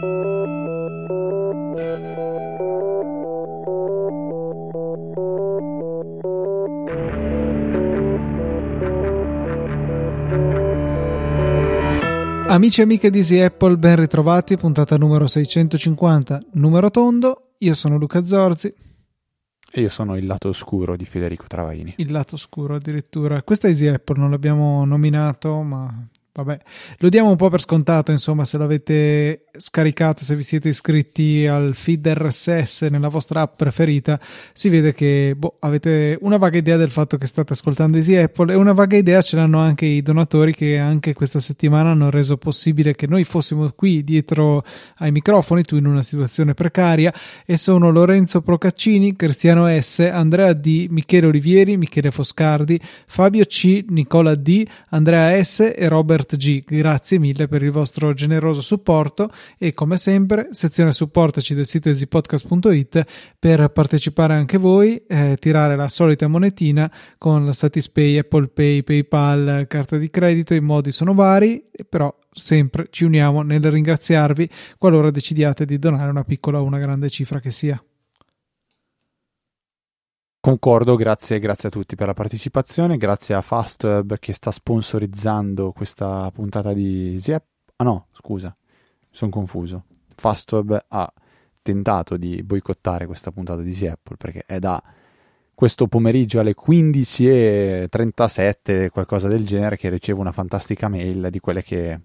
Amici e amiche di Easy Apple, ben ritrovati, puntata numero 650, numero tondo. Io sono Luca Zorzi. E io sono il lato oscuro di Federico Travaini. Il lato oscuro addirittura. Questa è Easy Apple, non l'abbiamo nominato, ma vabbè, lo diamo un po' per scontato, insomma, se l'avete scaricato, se vi siete iscritti al feed RSS nella vostra app preferita, si vede che avete una vaga idea del fatto che state ascoltando Easy Apple, e una vaga idea ce l'hanno anche i donatori che anche questa settimana hanno reso possibile che noi fossimo qui dietro ai microfoni, tu in una situazione precaria, e sono Lorenzo Procaccini, Cristiano S, Andrea D, Michele Olivieri, Michele Foscardi, Fabio C, Nicola D, Andrea S e Robert G. Grazie mille per il vostro generoso supporto, e come sempre sezione supportaci del sito easypodcast.it per partecipare anche voi, tirare la solita monetina con la Satispay, Apple Pay, PayPal, carta di credito. I modi sono vari, però sempre ci uniamo nel ringraziarvi qualora decidiate di donare una piccola o una grande cifra che sia. Concordo, grazie a tutti per la partecipazione, grazie a Fastweb che sta sponsorizzando questa puntata di Easy Apple. Ah no, scusa, sono confuso. Fastweb ha tentato di boicottare questa puntata di Easy Apple perché è da questo pomeriggio alle 15:37, qualcosa del genere, che ricevo una fantastica mail di quelle che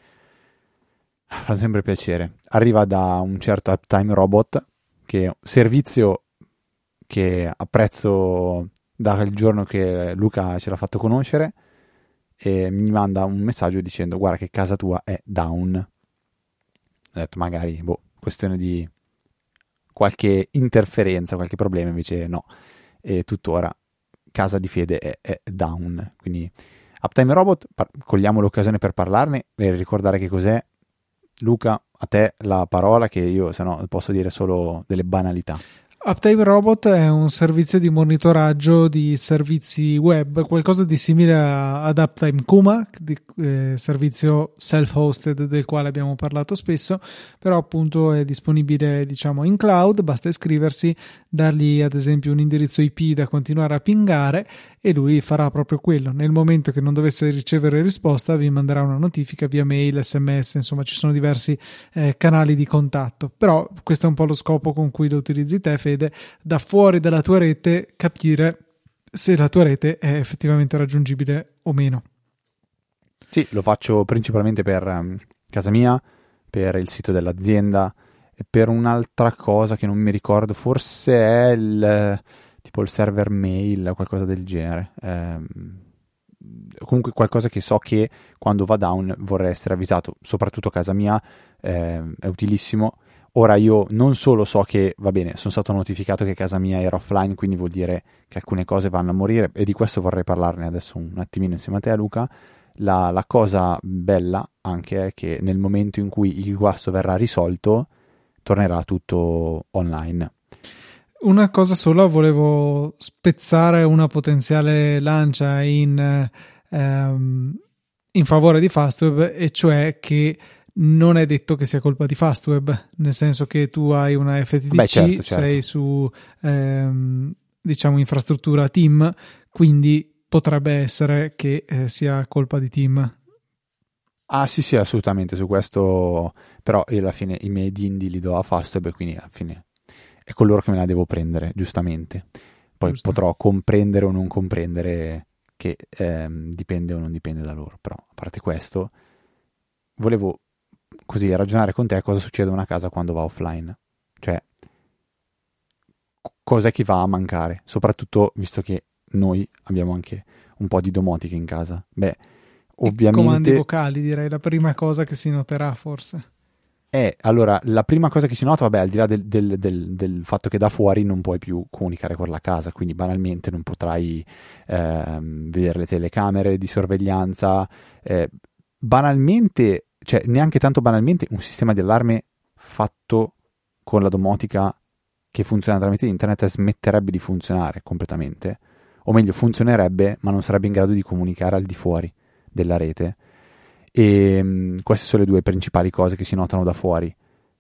fa sempre piacere. Arriva da un certo Uptime Robot, che è un servizio che apprezzo dal giorno che Luca ce l'ha fatto conoscere, e mi manda un messaggio dicendo: guarda che casa tua è down. Ho detto magari questione di qualche interferenza, qualche problema, invece no, e tuttora casa di Fede è down. Quindi Uptime Robot, cogliamo l'occasione per parlarne e ricordare che cos'è. Luca, a te la parola, che io se no posso dire solo delle banalità. Uptime Robot è un servizio di monitoraggio di servizi web, qualcosa di simile ad Uptime Kuma, servizio self-hosted del quale abbiamo parlato spesso, però appunto è disponibile, diciamo, in cloud. Basta iscriversi, dargli ad esempio un indirizzo IP da continuare a pingare e lui farà proprio quello. Nel momento che non dovesse ricevere risposta vi manderà una notifica via mail, SMS, insomma ci sono diversi canali di contatto. Però questo è un po' lo scopo con cui lo utilizzi te, Fede, da fuori dalla tua rete capire se la tua rete è effettivamente raggiungibile o meno. Sì, lo faccio principalmente per casa mia, per il sito dell'azienda e per un'altra cosa che non mi ricordo, forse è tipo il server mail o qualcosa del genere. Comunque qualcosa che so che quando va down vorrei essere avvisato, soprattutto casa mia, è utilissimo. Ora io non solo so che, va bene, sono stato notificato che casa mia era offline, quindi vuol dire che alcune cose vanno a morire, e di questo vorrei parlarne adesso un attimino insieme a te, Luca. La cosa bella anche è che nel momento in cui il guasto verrà risolto tornerà tutto online. Una cosa sola, volevo spezzare una potenziale lancia in favore di Fastweb, e cioè che non è detto che sia colpa di Fastweb, nel senso che tu hai una FTTC, certo. sei su diciamo infrastruttura TIM, quindi potrebbe essere che sia colpa di TIM. Ah sì, assolutamente, su questo però io alla fine i miei dindi li do a Fastweb, quindi alla fine è con loro che me la devo prendere, giustamente. Poi potrò comprendere o non comprendere che dipende o non dipende da loro, però a parte questo volevo così ragionare con te cosa succede a una casa quando va offline, cioè cos'è che va a mancare, soprattutto visto che noi abbiamo anche un po' di domotica in casa. Ovviamente i comandi vocali, direi la prima cosa che si noterà, forse. Allora, la prima cosa che si nota, al di là del fatto che da fuori non puoi più comunicare con la casa, quindi banalmente non potrai vedere le telecamere di sorveglianza, banalmente, cioè neanche tanto banalmente, un sistema di allarme fatto con la domotica che funziona tramite internet smetterebbe di funzionare completamente, o meglio funzionerebbe ma non sarebbe in grado di comunicare al di fuori della rete. E queste sono le due principali cose che si notano da fuori.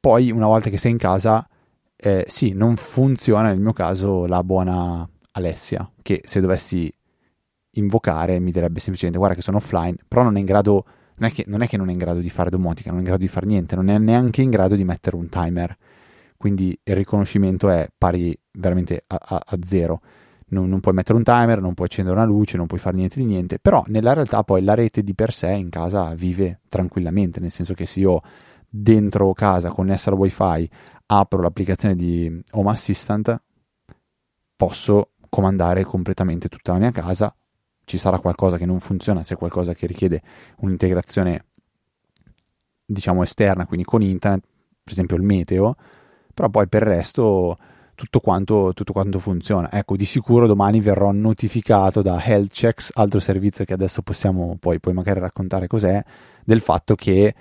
poi una volta che sei in casa, sì, non funziona nel mio caso la buona Alessia, che se dovessi invocare mi direbbe semplicemente guarda che sono offline, però non è in grado, non è che non è in grado di fare domotica, non è in grado di fare niente, non è neanche in grado di mettere un timer, quindi il riconoscimento è pari veramente a zero. Non puoi mettere un timer, non puoi accendere una luce, non puoi fare niente di niente, però nella realtà poi la rete di per sé in casa vive tranquillamente, nel senso che se io dentro casa connessa al wifi apro l'applicazione di Home Assistant, posso comandare completamente tutta la mia casa. Ci sarà qualcosa che non funziona, se è qualcosa che richiede un'integrazione diciamo esterna, quindi con internet, per esempio il meteo, però poi per il resto tutto quanto funziona. Ecco, di sicuro domani verrò notificato da Health Checks, altro servizio che adesso possiamo poi magari raccontare cos'è, del fatto che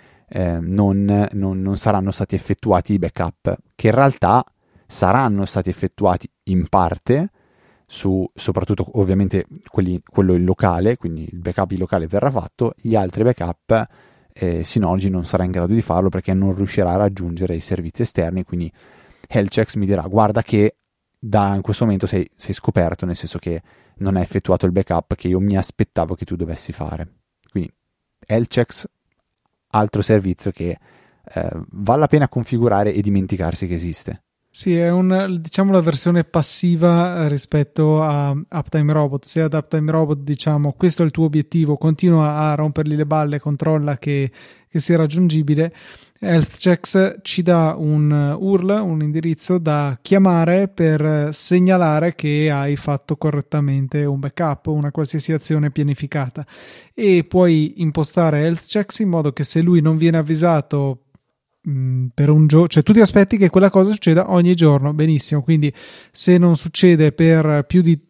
non saranno stati effettuati i backup, che in realtà saranno stati effettuati in parte, soprattutto ovviamente quello in locale, quindi il backup in locale verrà fatto, gli altri backup Synology non sarà in grado di farlo perché non riuscirà a raggiungere i servizi esterni, quindi Healthchecks mi dirà guarda che in questo momento sei scoperto, nel senso che non hai effettuato il backup che io mi aspettavo che tu dovessi fare. Quindi Healthchecks, altro servizio che vale la pena configurare e dimenticarsi che esiste. Sì, è diciamo la versione passiva rispetto a Uptime Robot. Se ad Uptime Robot diciamo questo è il tuo obiettivo, continua a rompergli le balle, controlla che sia raggiungibile, HealthChecks ci dà un URL, un indirizzo da chiamare per segnalare che hai fatto correttamente un backup, una qualsiasi azione pianificata, e puoi impostare HealthChecks in modo che se lui non viene avvisato per un giorno, cioè tu ti aspetti che quella cosa succeda ogni giorno, benissimo, quindi se non succede per più di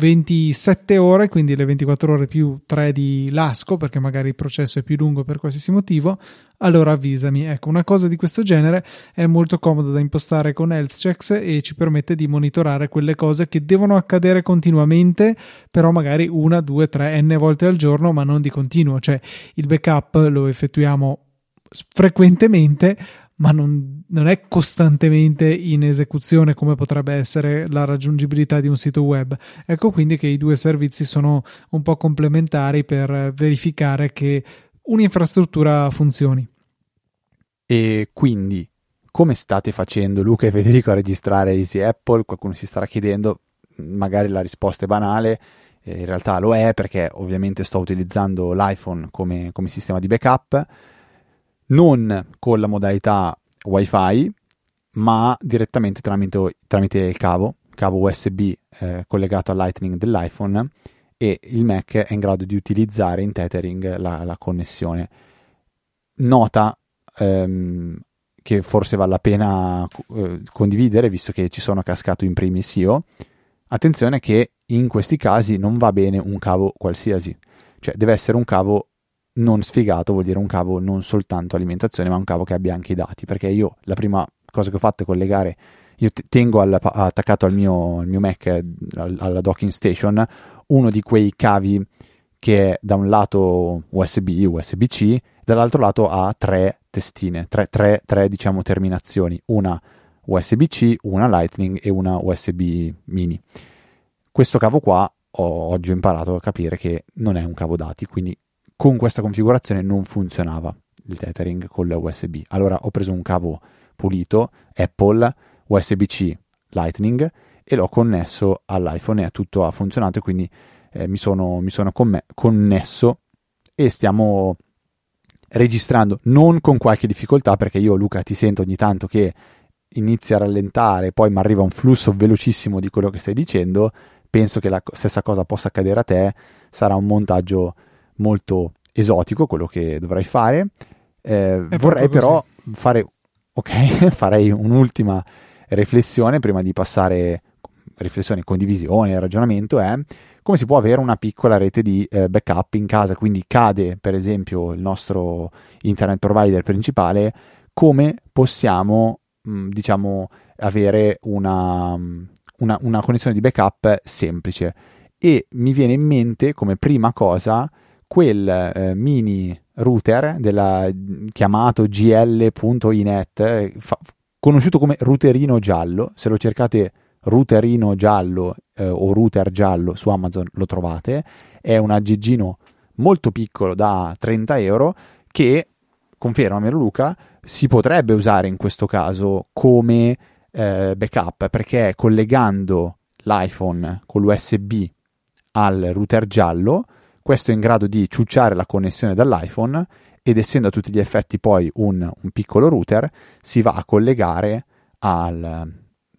27 ore, quindi le 24 ore più 3 di lasco, perché magari il processo è più lungo per qualsiasi motivo, allora avvisami. Ecco, una cosa di questo genere è molto comoda da impostare con HealthChecks e ci permette di monitorare quelle cose che devono accadere continuamente, però magari una, due, tre, n volte al giorno, ma non di continuo. Cioè il backup lo effettuiamo frequentemente, ma non è costantemente in esecuzione come potrebbe essere la raggiungibilità di un sito web. Ecco quindi che i due servizi sono un po' complementari per verificare che un'infrastruttura funzioni. E quindi come state facendo Luca e Federico a registrare Easy Apple? Qualcuno si starà chiedendo, magari la risposta è banale, in realtà lo è perché ovviamente sto utilizzando l'iPhone come sistema di backup, non con la modalità Wi-Fi, ma direttamente tramite il cavo USB collegato al Lightning dell'iPhone, e il Mac è in grado di utilizzare in tethering la connessione. Nota che forse vale la pena condividere, visto che ci sono cascato in primis io. Attenzione che in questi casi non va bene un cavo qualsiasi, cioè deve essere un cavo non sfigato, vuol dire un cavo non soltanto alimentazione, ma un cavo che abbia anche i dati, perché io la prima cosa che ho fatto è collegare, io tengo attaccato al mio Mac, alla docking station, uno di quei cavi che è da un lato USB-C, dall'altro lato ha tre testine, tre diciamo terminazioni, una USB-C, una Lightning e una USB mini. Questo cavo qua oggi ho imparato a capire che non è un cavo dati, quindi con questa configurazione non funzionava il tethering con USB. Allora ho preso un cavo pulito Apple USB-C Lightning e l'ho connesso all'iPhone e tutto ha funzionato, e quindi mi sono connesso e stiamo registrando, non con qualche difficoltà, perché io Luca ti sento ogni tanto che inizia a rallentare, poi mi arriva un flusso velocissimo di quello che stai dicendo. Penso che la stessa cosa possa accadere a te, sarà un montaggio molto esotico quello che dovrai fare. Vorrei però farei un'ultima riflessione prima di passare, riflessione, condivisione, ragionamento, è come si può avere una piccola rete di backup in casa. Quindi cade per esempio il nostro internet provider principale, come possiamo diciamo avere una connessione di backup semplice. E mi viene in mente come prima cosa quel mini router chiamato gl.inet, conosciuto come routerino giallo. Se lo cercate routerino giallo o router giallo su Amazon lo trovate. È un aggeggino molto piccolo da 30 euro che, confermamelo Luca, si potrebbe usare in questo caso come backup, perché collegando l'iPhone con l'USB al router giallo, questo è in grado di ciucciare la connessione dall'iPhone, ed essendo a tutti gli effetti poi un piccolo router, si va a collegare al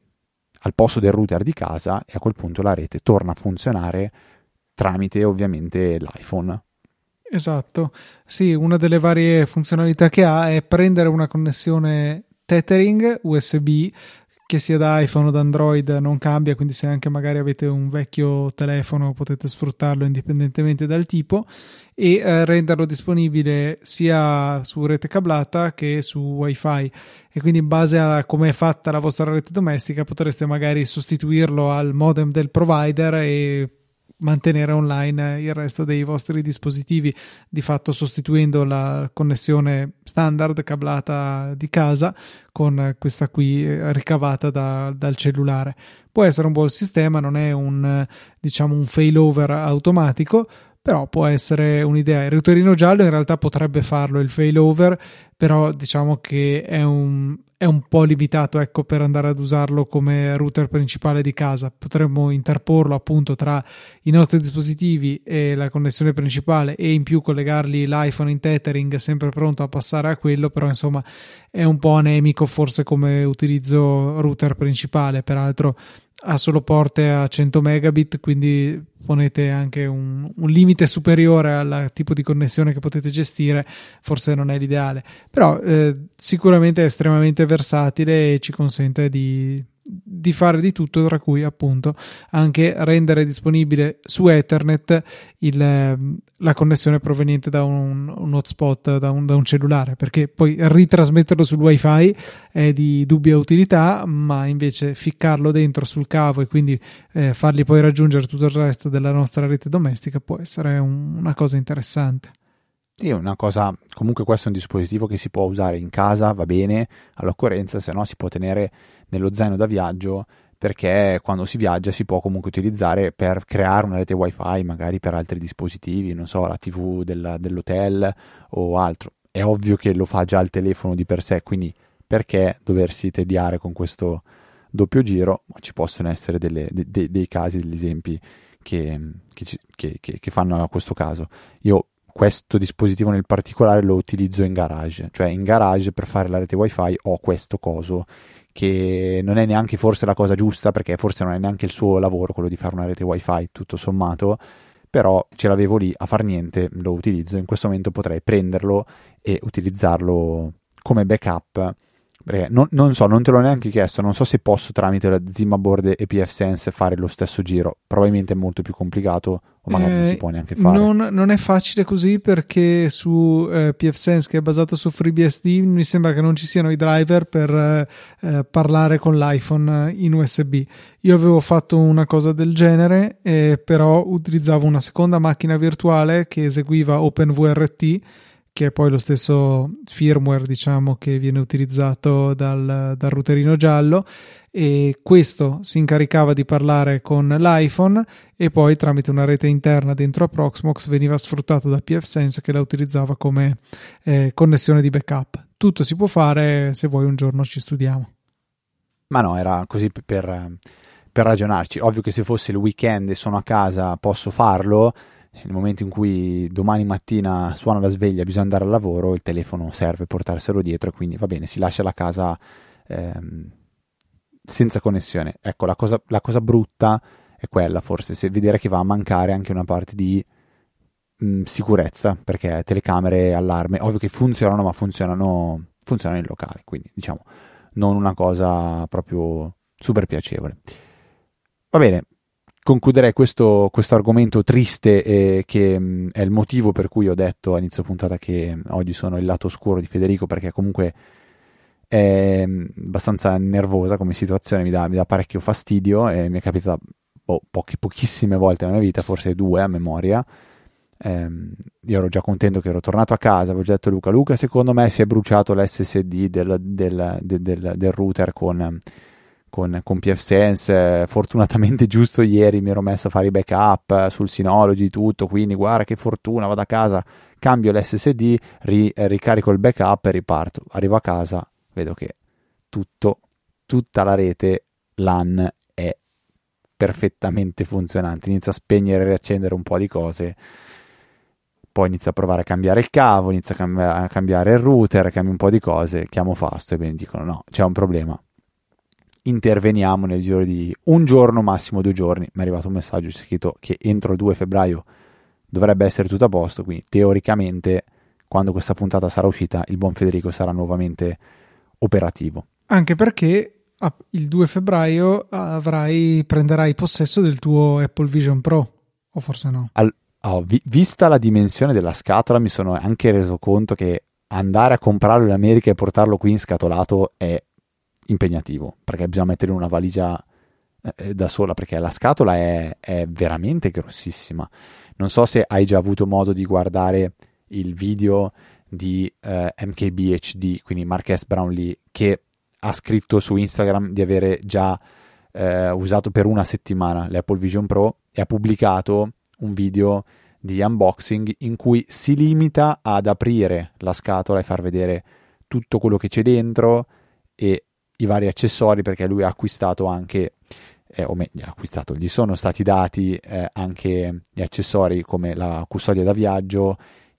posto del router di casa, e a quel punto la rete torna a funzionare tramite ovviamente l'iPhone. Esatto, sì, una delle varie funzionalità che ha è prendere una connessione tethering USB, che sia da iPhone o da Android non cambia, quindi se anche magari avete un vecchio telefono potete sfruttarlo indipendentemente dal tipo, e renderlo disponibile sia su rete cablata che su wifi, e quindi in base a come è fatta la vostra rete domestica potreste magari sostituirlo al modem del provider e mantenere online il resto dei vostri dispositivi, di fatto sostituendo la connessione standard cablata di casa con questa qui ricavata dal cellulare. Può essere un buon sistema, non è un failover automatico, però può essere un'idea. Il routerino giallo in realtà potrebbe farlo il failover, però diciamo che è un po' limitato, ecco, per andare ad usarlo come router principale di casa. Potremmo interporlo appunto tra i nostri dispositivi e la connessione principale, e in più collegargli l'iPhone in tethering sempre pronto a passare a quello, però insomma è un po' anemico forse come utilizzo router principale. Peraltro ha solo porte a 100 megabit, quindi ponete anche un limite superiore al tipo di connessione che potete gestire, forse non è l'ideale, però sicuramente è estremamente versatile e ci consente di fare di tutto, tra cui appunto anche rendere disponibile su Ethernet la connessione proveniente da un hotspot, da un cellulare, perché poi ritrasmetterlo sul wifi è di dubbia utilità, ma invece ficcarlo dentro sul cavo e quindi fargli poi raggiungere tutto il resto della nostra rete domestica può essere una cosa interessante. Sì, una cosa, comunque questo è un dispositivo che si può usare in casa, va bene, all'occorrenza, se no si può tenere nello zaino da viaggio, perché quando si viaggia si può comunque utilizzare per creare una rete wifi, magari per altri dispositivi, non so, la TV dell'hotel o altro. È ovvio che lo fa già il telefono di per sé, quindi perché doversi tediare con questo doppio giro? Ma ci possono essere dei casi, degli esempi che fanno a questo caso. Io questo dispositivo nel particolare lo utilizzo in garage, cioè in garage per fare la rete wifi ho questo coso che non è neanche forse la cosa giusta, perché forse non è neanche il suo lavoro quello di fare una rete wifi, tutto sommato, però ce l'avevo lì a far niente, lo utilizzo. In questo momento potrei prenderlo e utilizzarlo come backup, perché non so, non te l'ho neanche chiesto, non so se posso tramite la Zimaboard e pfSense fare lo stesso giro, probabilmente è molto più complicato, o magari non si può neanche fare. Non è facile così, perché su pfSense, che è basato su FreeBSD, mi sembra che non ci siano i driver per parlare con l'iPhone in USB. Io avevo fatto una cosa del genere, però utilizzavo una seconda macchina virtuale che eseguiva OpenVRT, che è poi lo stesso firmware, diciamo, che viene utilizzato dal routerino giallo, e questo si incaricava di parlare con l'iPhone e poi tramite una rete interna dentro a Proxmox veniva sfruttato da pfSense, che la utilizzava come connessione di backup. Tutto si può fare, se vuoi un giorno ci studiamo. Ma no, era così per ragionarci. Ovvio che se fosse il weekend e sono a casa posso farlo. Nel momento in cui domani mattina suona la sveglia, bisogna andare al lavoro, il telefono serve portarselo dietro, e quindi va bene, si lascia la casa senza connessione. Ecco, la cosa brutta è quella, forse, se vedere che va a mancare anche una parte di sicurezza, perché telecamere, allarme, ovvio che funzionano, ma funzionano in locale, quindi diciamo non una cosa proprio super piacevole. Va bene. Concluderei questo argomento triste, che è il motivo per cui ho detto a inizio puntata che oggi sono il lato oscuro di Federico, perché comunque è abbastanza nervosa come situazione, mi dà parecchio fastidio, e mi è capitata pochissime volte nella mia vita, forse 2 a memoria, io ero già contento che ero tornato a casa, avevo già detto a Luca, secondo me si è bruciato l'SSD del router con pfSense. Fortunatamente giusto ieri mi ero messo a fare i backup sul Synology, tutto, quindi guarda che fortuna, vado a casa, cambio l'SSD, ricarico il backup e riparto. Arrivo a casa, vedo che tutta la rete LAN è perfettamente funzionante, inizia a spegnere e riaccendere un po' di cose, poi inizio a provare a cambiare il cavo, inizio a cambiare il router, cambio un po' di cose, chiamo Fausto e mi dicono no, c'è un problema. Interveniamo nel giro di un giorno, massimo 2 giorni. Mi è arrivato un messaggio scritto che entro il 2 febbraio dovrebbe essere tutto a posto, quindi teoricamente quando questa puntata sarà uscita il buon Federico sarà nuovamente operativo. Anche perché il 2 febbraio prenderai possesso del tuo Apple Vision Pro, o forse no? Vista la dimensione della scatola mi sono anche reso conto che andare a comprarlo in America e portarlo qui in scatolato è impegnativo, perché bisogna mettere in una valigia da sola, perché la scatola è veramente grossissima. Non so se hai già avuto modo di guardare il video di MKBHD, quindi Marques Brownlee, che ha scritto su Instagram di avere già usato per una settimana l'Apple Vision Pro e ha pubblicato un video di unboxing in cui si limita ad aprire la scatola e far vedere tutto quello che c'è dentro e i vari accessori, perché lui ha acquistato anche o meglio, gli sono stati dati anche gli accessori come la custodia da viaggio,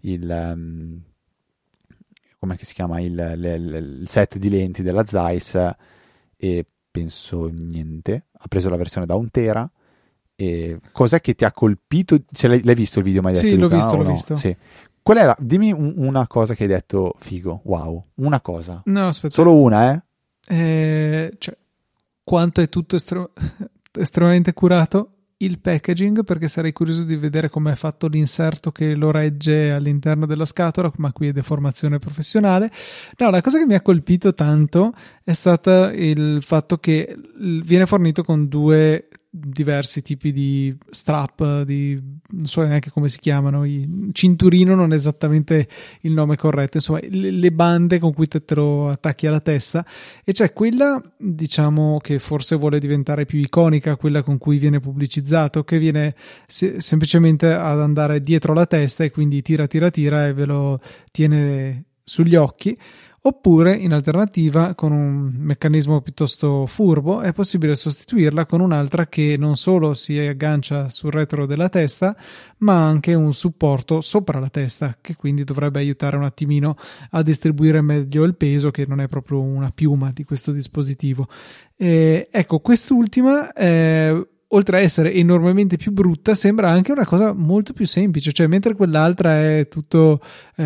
come si chiama, il set di lenti della Zeiss, e penso niente, ha preso la versione da 1 tera. E cos'è che ti ha colpito? L'hai visto il video? Mai detto, sì, Luca? l'ho No? visto. Sì. Qual è dimmi una cosa che hai detto figo, wow, una cosa. No, aspetta. Solo una, cioè, quanto è tutto estremamente curato il packaging, perché sarei curioso di vedere come è fatto l'inserto che lo regge all'interno della scatola, ma qui è deformazione professionale. No, la cosa che mi ha colpito tanto è stata il fatto che viene fornito con 2 diversi tipi di strap, non so neanche come si chiamano, cinturino non è esattamente il nome corretto, insomma le bande con cui te lo attacchi alla testa, e c'è quella, diciamo, che forse vuole diventare più iconica, quella con cui viene pubblicizzato, che viene semplicemente ad andare dietro la testa e quindi tira e ve lo tiene sugli occhi. Oppure, in alternativa, con un meccanismo piuttosto furbo, è possibile sostituirla con un'altra che non solo si aggancia sul retro della testa, ma anche un supporto sopra la testa, che quindi dovrebbe aiutare un attimino a distribuire meglio il peso, che non è proprio una piuma di questo dispositivo. Ecco, quest'ultima oltre a essere enormemente più brutta, sembra anche una cosa molto più semplice, cioè mentre quell'altra è tutto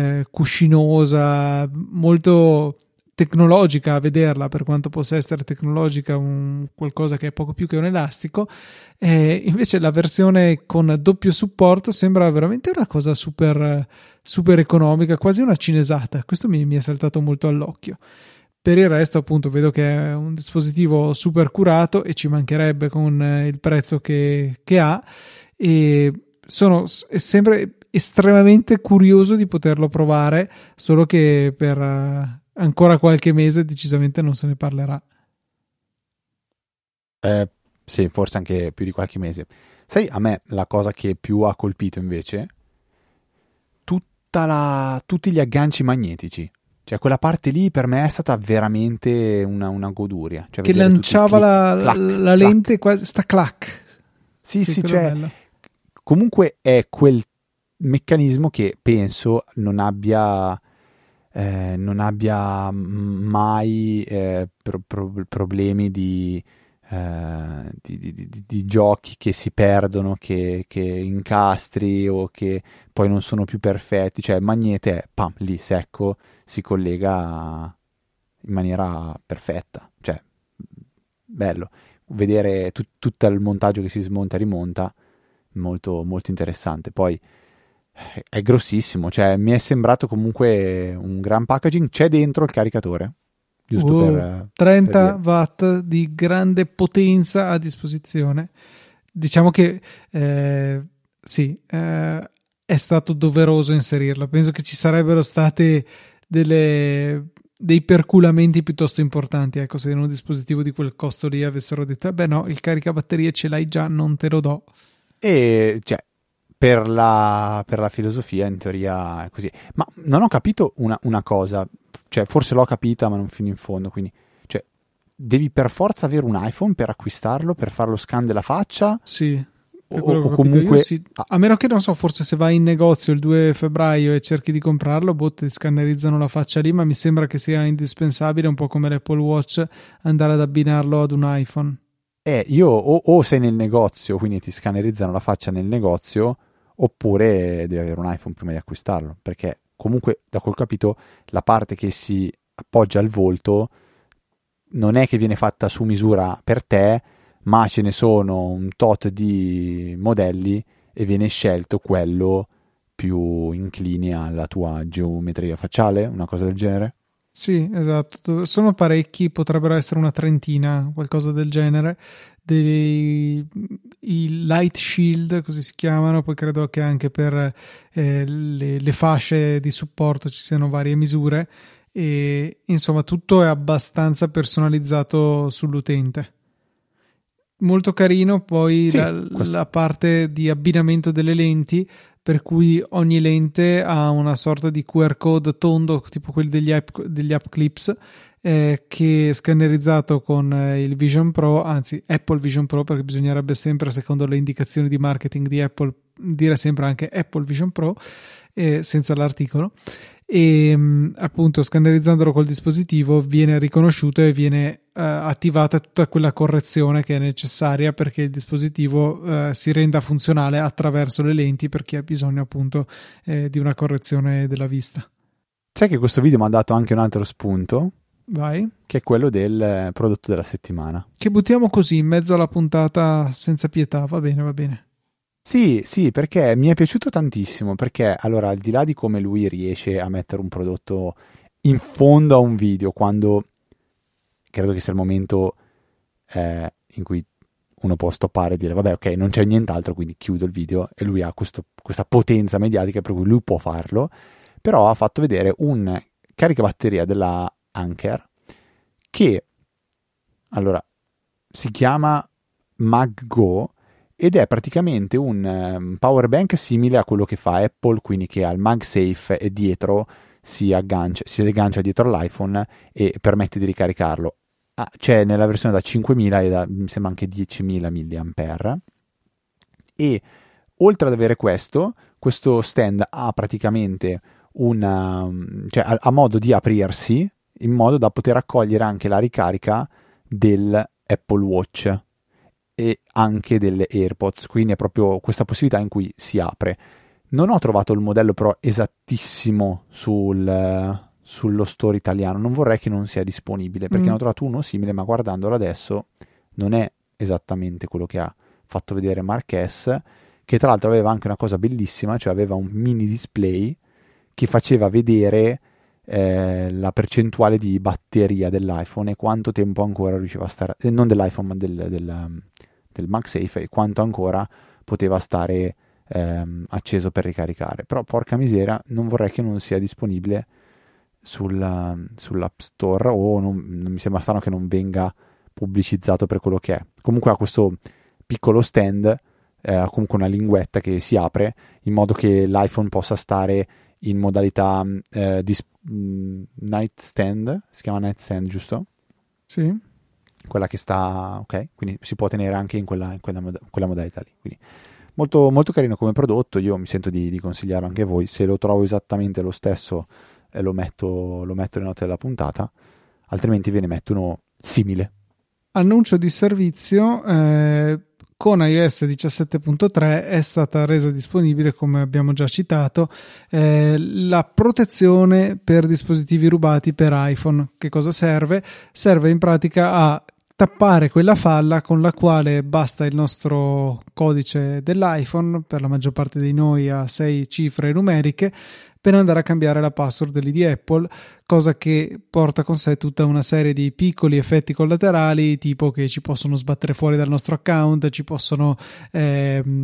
cuscinosa, molto tecnologica a vederla, per quanto possa essere tecnologica qualcosa che è poco più che un elastico, invece la versione con doppio supporto sembra veramente una cosa super, super economica, quasi una cinesata. Questo mi è saltato molto all'occhio. Per il resto, appunto, vedo che è un dispositivo super curato e ci mancherebbe con il prezzo che ha, e sono sempre estremamente curioso di poterlo provare, solo che per ancora qualche mese decisamente non se ne parlerà. Sì, forse anche più di qualche mese. Sai, a me la cosa che più ha colpito invece, tutti gli agganci magnetici. Cioè quella parte lì per me è stata veramente una goduria. Cioè, che lanciava la lente quasi, sta clac. Sì, cioè, comunque è quel meccanismo che penso non abbia mai problemi di giochi che si perdono, che incastri o che poi non sono più perfetti. Cioè il magnete è lì secco, si collega in maniera perfetta. Cioè bello vedere tutto il montaggio che si smonta e rimonta, molto molto interessante. Poi è grossissimo, cioè mi è sembrato comunque un gran packaging. C'è dentro il caricatore, giusto per 30 watt di grande potenza a disposizione. Diciamo che sì, è stato doveroso inserirla. Penso che ci sarebbero state dei perculamenti piuttosto importanti, ecco, se in un dispositivo di quel costo lì avessero detto beh no, il caricabatterie ce l'hai già, non te lo do. E cioè, per la filosofia in teoria è così. Ma non ho capito una cosa, cioè forse l'ho capita ma non fino in fondo, quindi cioè, devi per forza avere un iPhone per acquistarlo, per fare lo scan della faccia? Sì, per O, quello che ho o capito comunque... io sì. A meno che non so, forse se vai in negozio il 2 febbraio e cerchi di comprarlo, ti scannerizzano la faccia lì, ma mi sembra che sia indispensabile, un po' come l'Apple Watch, andare ad abbinarlo ad un iPhone. Io o sei nel negozio, quindi ti scannerizzano la faccia nel negozio, oppure devi avere un iPhone prima di acquistarlo, perché comunque, da quel capito, la parte che si appoggia al volto non è che viene fatta su misura per te, ma ce ne sono un tot di modelli e viene scelto quello più incline alla tua geometria facciale, una cosa del genere. Sì, esatto. Sono parecchi, potrebbero essere una trentina, qualcosa del genere. I light shield, così si chiamano, poi credo che anche per le fasce di supporto ci siano varie misure e insomma tutto è abbastanza personalizzato sull'utente. Molto carino poi Sì, la parte di abbinamento delle lenti, per cui ogni lente ha una sorta di QR code tondo, tipo quelli degli app Clips, che è scannerizzato con il Vision Pro, anzi Apple Vision Pro, perché bisognerebbe sempre, secondo le indicazioni di marketing di Apple, dire sempre anche Apple Vision Pro, senza l'articolo. E appunto scannerizzandolo col dispositivo viene riconosciuto e viene attivata tutta quella correzione che è necessaria perché il dispositivo si renda funzionale attraverso le lenti per chi ha bisogno appunto di una correzione della vista. sai che questo video mi ha dato anche un altro spunto, Vai. che è quello del prodotto della settimana. Che buttiamo così in mezzo alla puntata senza pietà, va bene, va bene. Sì, sì, perché mi è piaciuto tantissimo, perché allora al di là di come lui riesce a mettere un prodotto in fondo a un video, quando credo che sia il momento in cui uno può stoppare e dire vabbè ok, non c'è nient'altro, quindi chiudo il video, e lui ha questa potenza mediatica per cui lui può farlo, però ha fatto vedere un caricabatteria della Anker che allora si chiama MagGo ed è praticamente un power bank simile a quello che fa Apple, quindi che ha il MagSafe e dietro si aggancia dietro all'iPhone e permette di ricaricarlo. C'è nella versione da 5000 e da mi sembra anche 10.000 mAh, e oltre ad avere questo stand ha praticamente cioè ha modo di aprirsi in modo da poter accogliere anche la ricarica dell'Apple Watch e anche delle AirPods, quindi è proprio questa possibilità in cui si apre. Non ho trovato il modello però esattissimo sullo store italiano, non vorrei che non sia disponibile perché ne ho trovato uno simile, ma guardandolo adesso non è esattamente quello che ha fatto vedere Marques, che tra l'altro aveva anche una cosa bellissima, cioè aveva un mini display che faceva vedere la percentuale di batteria dell'iPhone e quanto tempo ancora riusciva a stare, non dell'iPhone ma del MagSafe, e quanto ancora poteva stare acceso per ricaricare. Però porca miseria, non vorrei che non sia disponibile sull'App Store, o non mi sembra strano che non venga pubblicizzato per quello che è. Comunque ha questo piccolo stand, ha comunque una linguetta che si apre in modo che l'iPhone possa stare in modalità nightstand, si chiama nightstand, giusto? Sì. Quella che sta, ok, quindi si può tenere anche in quella modalità lì. Quindi molto, molto carino come prodotto, io mi sento di consigliarlo anche a voi. Se lo trovo esattamente lo stesso lo metto nelle note della puntata, altrimenti ve ne metto uno simile. Annuncio di servizio, con iOS 17.3 è stata resa disponibile, come abbiamo già citato, la protezione per dispositivi rubati per iPhone. Che cosa serve? Serve in pratica a tappare quella falla con la quale basta il nostro codice dell'iPhone, per la maggior parte di noi a 6 cifre numeriche, per andare a cambiare la password lì di Apple, cosa che porta con sé tutta una serie di piccoli effetti collaterali, tipo che ci possono sbattere fuori dal nostro account, ci possono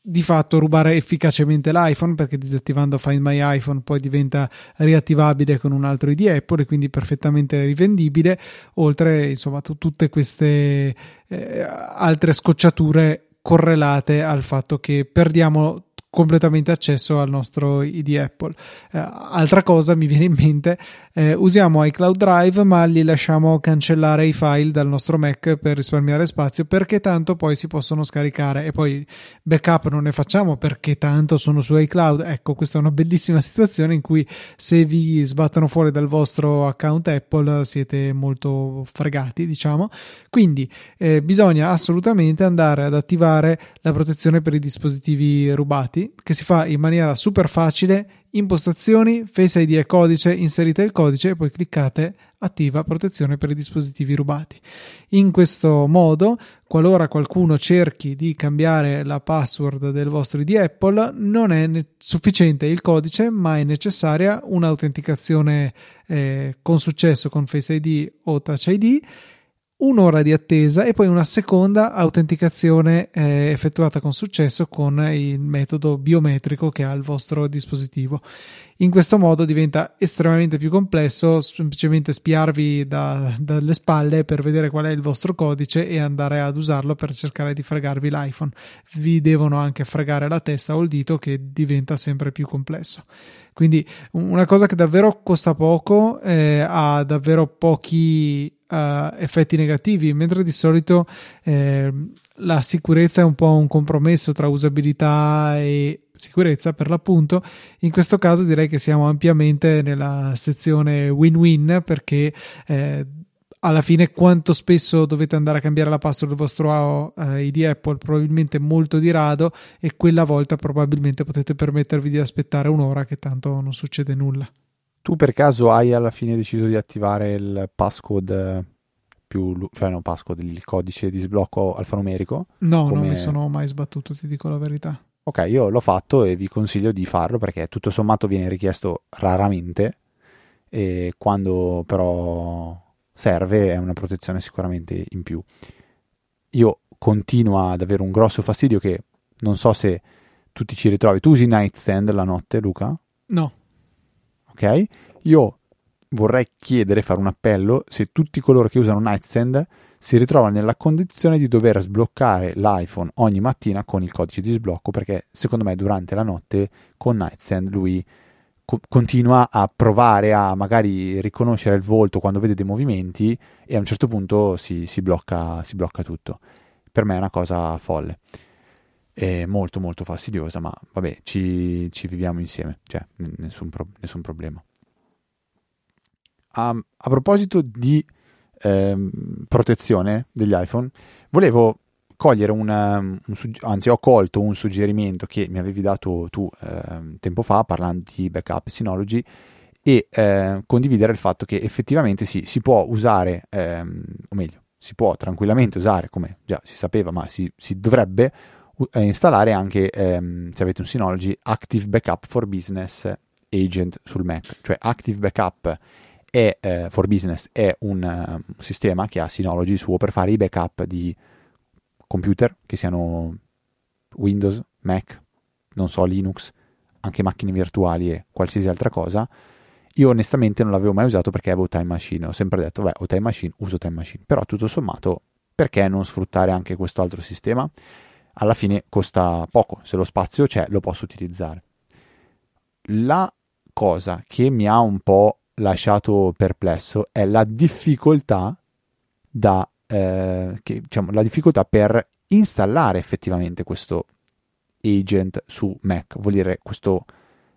di fatto rubare efficacemente l'iPhone, perché disattivando Find My iPhone poi diventa riattivabile con un altro ID Apple e quindi perfettamente rivendibile, oltre insomma tutte queste altre scocciature correlate al fatto che perdiamo completamente accesso al nostro ID Apple. Altra cosa mi viene in mente, usiamo iCloud Drive ma li lasciamo cancellare i file dal nostro Mac per risparmiare spazio, perché tanto poi si possono scaricare, e poi backup non ne facciamo perché tanto sono su iCloud. Ecco, questa è una bellissima situazione in cui se vi sbattono fuori dal vostro account Apple siete molto fregati, diciamo. Quindi bisogna assolutamente andare ad attivare la protezione per i dispositivi rubati, che si fa in maniera super facile: impostazioni, Face ID e codice, inserite il codice e poi cliccate attiva protezione per i dispositivi rubati. In questo modo, qualora qualcuno cerchi di cambiare la password del vostro ID Apple, non è sufficiente il codice, ma è necessaria un'autenticazione con successo con Face ID o Touch ID, un'ora di attesa e poi una seconda autenticazione effettuata con successo con il metodo biometrico che ha il vostro dispositivo. In questo modo diventa estremamente più complesso semplicemente spiarvi dalle spalle per vedere qual è il vostro codice e andare ad usarlo per cercare di fregarvi l'iPhone. Vi devono anche fregare la testa o il dito, che diventa sempre più complesso. Quindi una cosa che davvero costa poco, ha davvero pochi effetti negativi, mentre di solito la sicurezza è un po' un compromesso tra usabilità e sicurezza, per l'appunto. In questo caso direi che siamo ampiamente nella sezione win-win, perché alla fine quanto spesso dovete andare a cambiare la password del vostro ID Apple? Probabilmente molto di rado, e quella volta probabilmente potete permettervi di aspettare un'ora, che tanto non succede nulla. Tu per caso hai alla fine deciso di attivare il passcode cioè no, passcode, il codice di sblocco alfanumerico? No, non mi sono mai sbattuto, ti dico la verità. Ok, io l'ho fatto e vi consiglio di farlo, perché tutto sommato viene richiesto raramente, e quando però serve è una protezione sicuramente in più. Io continuo ad avere un grosso fastidio che non so se tu ti ci ritrovi. Tu usi Nightstand la notte, Luca? No. Ok? Io vorrei fare un appello: se tutti coloro che usano Nightstand si ritrovano nella condizione di dover sbloccare l'iPhone ogni mattina con il codice di sblocco, perché secondo me durante la notte con Nightstand lui continua a provare a magari riconoscere il volto quando vede dei movimenti, e a un certo punto si blocca tutto. Per me è una cosa folle, è molto molto fastidiosa, ma vabbè, ci viviamo insieme, cioè nessun problema. A proposito di protezione degli iPhone, volevo cogliere ho colto un suggerimento che mi avevi dato tu tempo fa, parlando di Backup Synology, e condividere il fatto che effettivamente si può usare, o meglio, si può tranquillamente usare, come già si sapeva, ma si dovrebbe installare anche, se avete un Synology, Active Backup for Business Agent sul Mac. Cioè Active Backup for Business è un sistema che ha Synology suo per fare i backup di computer, che siano Windows, Mac, non so, Linux, anche macchine virtuali e qualsiasi altra cosa. Io onestamente non l'avevo mai usato perché avevo Time Machine, ho sempre detto vabbè, ho Time Machine, uso Time Machine, però tutto sommato perché non sfruttare anche questo altro sistema? Alla fine costa poco, se lo spazio c'è lo posso utilizzare. La cosa che mi ha un po' lasciato perplesso è la difficoltà la difficoltà per installare effettivamente questo agent su Mac. Vuol dire questo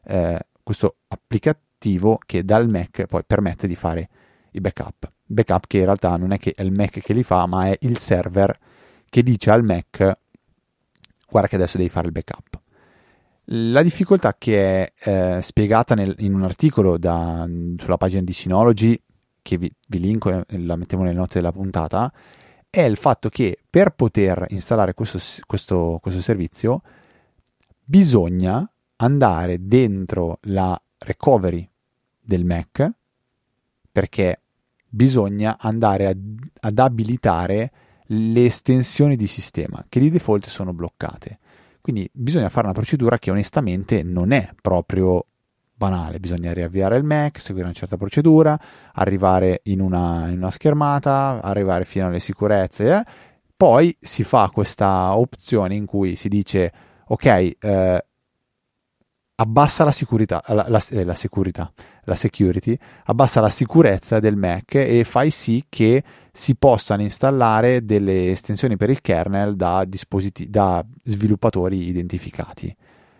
applicativo che dal Mac poi permette di fare i backup che in realtà non è che è il Mac che li fa, ma è il server che dice al Mac guarda che adesso devi fare il backup. La difficoltà che è spiegata in un articolo sulla pagina di Synology, che vi linko e la mettiamo nelle note della puntata, è il fatto che per poter installare questo servizio bisogna andare dentro la recovery del Mac, perché bisogna andare ad abilitare le estensioni di sistema che di default sono bloccate. Quindi bisogna fare una procedura che onestamente non è proprio banale. Bisogna riavviare il Mac, seguire una certa procedura, arrivare in una schermata, arrivare fino alle sicurezze. Poi si fa questa opzione in cui si dice ok, abbassa la sicurezza, la security, abbassa la sicurezza del Mac e fai sì che si possano installare delle estensioni per il kernel da sviluppatori identificati.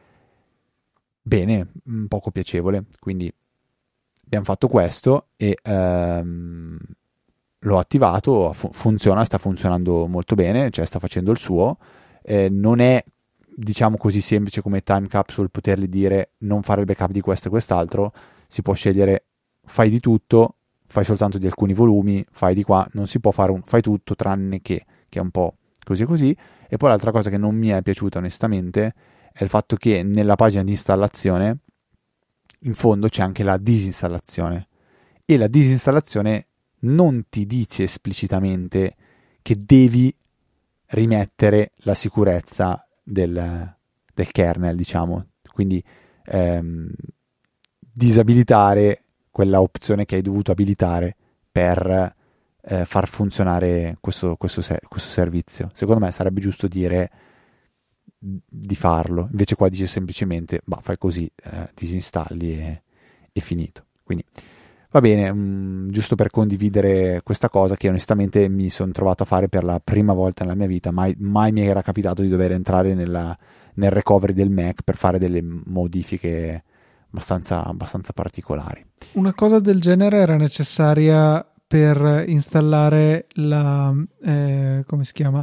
Bene, poco piacevole, quindi abbiamo fatto questo e l'ho attivato, funziona, sta funzionando molto bene, cioè sta facendo il suo, non è diciamo così semplice come Time Capsule potergli dire non fare il backup di questo e quest'altro, si può scegliere fai di tutto, fai soltanto di alcuni volumi, fai di qua, non si può fare fai tutto tranne che è un po' così e così. E poi l'altra cosa che non mi è piaciuta onestamente è il fatto che nella pagina di installazione in fondo c'è anche la disinstallazione e la disinstallazione non ti dice esplicitamente che devi rimettere la sicurezza del kernel, diciamo, quindi disabilitare quella opzione che hai dovuto abilitare per far funzionare questo servizio. Secondo me sarebbe giusto dire di farlo, invece qua dice semplicemente fai così, disinstalli e finito. Quindi va bene, giusto per condividere questa cosa che onestamente mi sono trovato a fare per la prima volta nella mia vita, mai mi era capitato di dover entrare nel recovery del Mac per fare delle modifiche abbastanza particolari. Una cosa del genere era necessaria per installare come si chiama?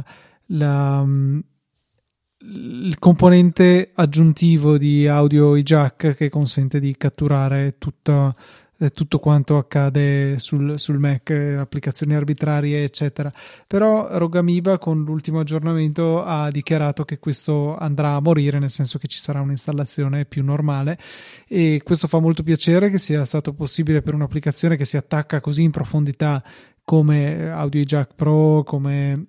Il componente aggiuntivo di audio jack che consente di catturare tutto quanto accade sul Mac, applicazioni arbitrarie eccetera. Però Rogamiba con l'ultimo aggiornamento ha dichiarato che questo andrà a morire, nel senso che ci sarà un'installazione più normale, e questo fa molto piacere che sia stato possibile per un'applicazione che si attacca così in profondità come Audio Jack Pro, come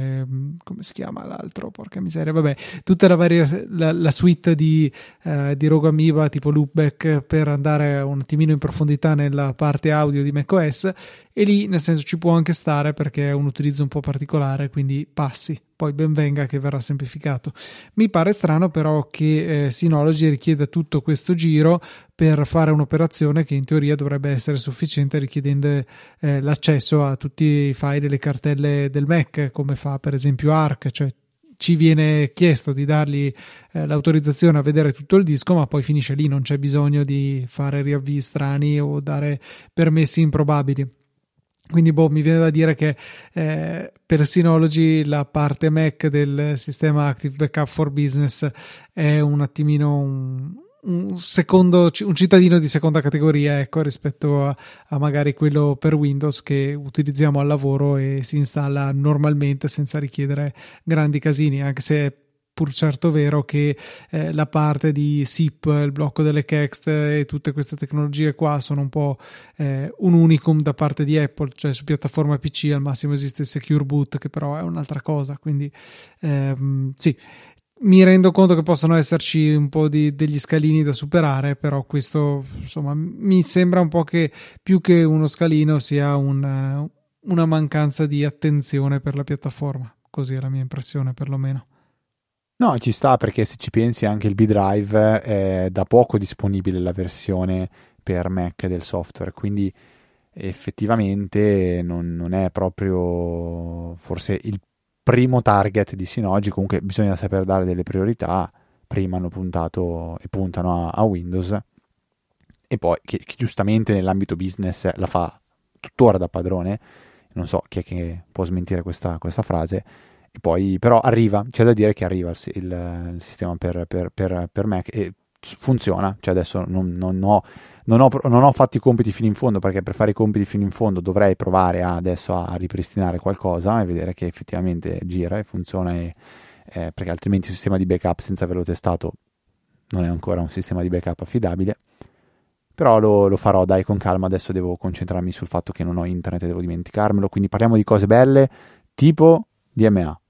si chiama l'altro, porca miseria, vabbè, tutta la suite di Rogamiba tipo Loopback per andare un attimino in profondità nella parte audio di macOS, e lì nel senso ci può anche stare perché è un utilizzo un po' particolare, quindi passi, poi ben venga che verrà semplificato. Mi pare strano però che Synology richieda tutto questo giro per fare un'operazione che in teoria dovrebbe essere sufficiente, richiedendo l'accesso a tutti i file e le cartelle del Mac, come fa per esempio Arc, cioè ci viene chiesto di dargli l'autorizzazione a vedere tutto il disco, ma poi finisce lì, non c'è bisogno di fare riavvii strani o dare permessi improbabili. Quindi mi viene da dire che per Synology la parte Mac del sistema Active Backup for Business è un attimino un cittadino di seconda categoria, ecco, rispetto a magari quello per Windows che utilizziamo al lavoro e si installa normalmente senza richiedere grandi casini, anche se è pur certo vero che la parte di SIP, il blocco delle Kext e tutte queste tecnologie qua sono un po' un unicum da parte di Apple, cioè su piattaforma PC al massimo esiste il Secure Boot, che però è un'altra cosa, quindi sì, mi rendo conto che possono esserci un po' degli scalini da superare, però questo insomma mi sembra un po' che più che uno scalino sia una mancanza di attenzione per la piattaforma, così è la mia impressione perlomeno. No, ci sta, perché se ci pensi anche il B-Drive è da poco disponibile la versione per Mac del software, quindi effettivamente non è proprio forse il primo target di Synology. Comunque bisogna saper dare delle priorità. Prima hanno puntato e puntano a Windows, e poi che giustamente nell'ambito business la fa tuttora da padrone, non so chi è che può smentire questa frase. E poi però arriva, c'è da dire che arriva il sistema per Mac e funziona, cioè adesso non ho fatto i compiti fino in fondo, perché per fare i compiti fino in fondo dovrei provare adesso a ripristinare qualcosa e vedere che effettivamente gira e funziona, perché altrimenti il sistema di backup senza averlo testato non è ancora un sistema di backup affidabile. Però lo farò, dai, con calma. Adesso devo concentrarmi sul fatto che non ho internet e devo dimenticarmelo, quindi parliamo di cose belle tipo DMA.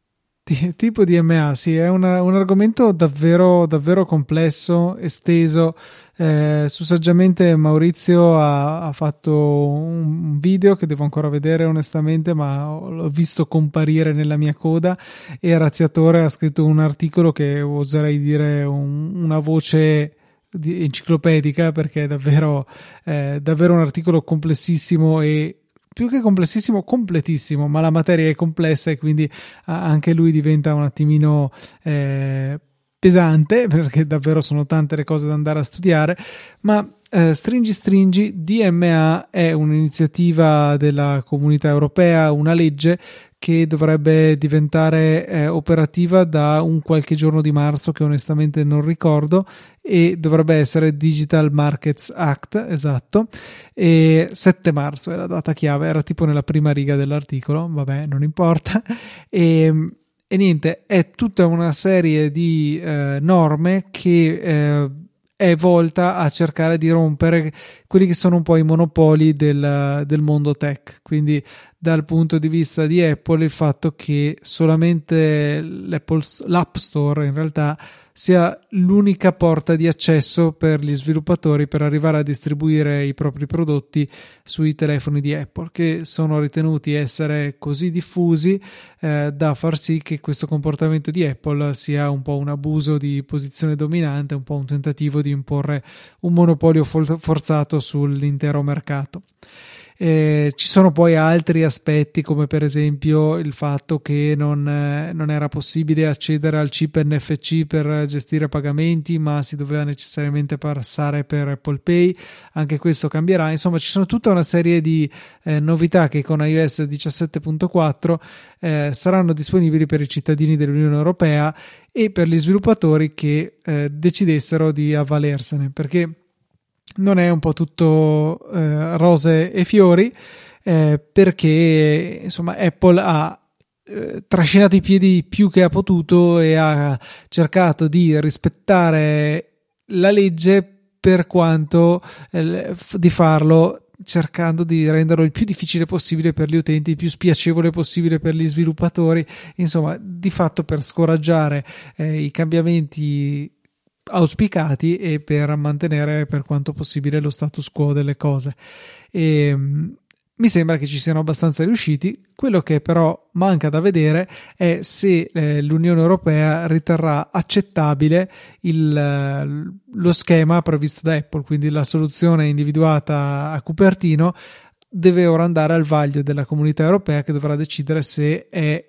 Tipo DMA, sì, è un argomento davvero, davvero complesso, esteso. Su Saggiamente Maurizio ha fatto un video che devo ancora vedere onestamente, ma l'ho visto comparire nella mia coda, e Razziatore ha scritto un articolo che oserei dire una voce enciclopedica, perché è davvero un articolo complessissimo e più che complessissimo, completissimo, ma la materia è complessa e quindi anche lui diventa un attimino pesante, perché davvero sono tante le cose da andare a studiare, ma Stringi DMA è un'iniziativa della Comunità Europea, una legge che dovrebbe diventare operativa da un qualche giorno di marzo, che onestamente non ricordo, e dovrebbe essere Digital Markets Act, esatto, e 7 marzo è la data chiave, era tipo nella prima riga dell'articolo, vabbè, non importa. E niente, è tutta una serie di norme che è volta a cercare di rompere quelli che sono un po' i monopoli del mondo tech. Quindi dal punto di vista di Apple, il fatto che solamente l'App Store in realtà sia l'unica porta di accesso per gli sviluppatori per arrivare a distribuire i propri prodotti sui telefoni di Apple, che sono ritenuti essere così diffusi da far sì che questo comportamento di Apple sia un po' un abuso di posizione dominante, un po' un tentativo di imporre un monopolio forzato sull'intero mercato. Ci sono poi altri aspetti, come per esempio il fatto che non era possibile accedere al chip NFC per gestire pagamenti, ma si doveva necessariamente passare per Apple Pay. Anche questo cambierà. Insomma, ci sono tutta una serie di novità che con iOS 17.4 saranno disponibili per i cittadini dell'Unione Europea e per gli sviluppatori che decidessero di avvalersene, perché non è un po' tutto rose e fiori, perché insomma Apple ha trascinato i piedi più che ha potuto e ha cercato di rispettare la legge, per quanto di farlo cercando di renderlo il più difficile possibile per gli utenti, il più spiacevole possibile per gli sviluppatori, insomma di fatto per scoraggiare i cambiamenti auspicati e per mantenere per quanto possibile lo status quo delle cose. E mi sembra che ci siano abbastanza riusciti. Quello che però manca da vedere è se l'Unione Europea riterrà accettabile lo schema previsto da Apple, quindi la soluzione individuata a Cupertino deve ora andare al vaglio della Comunità Europea, che dovrà decidere se è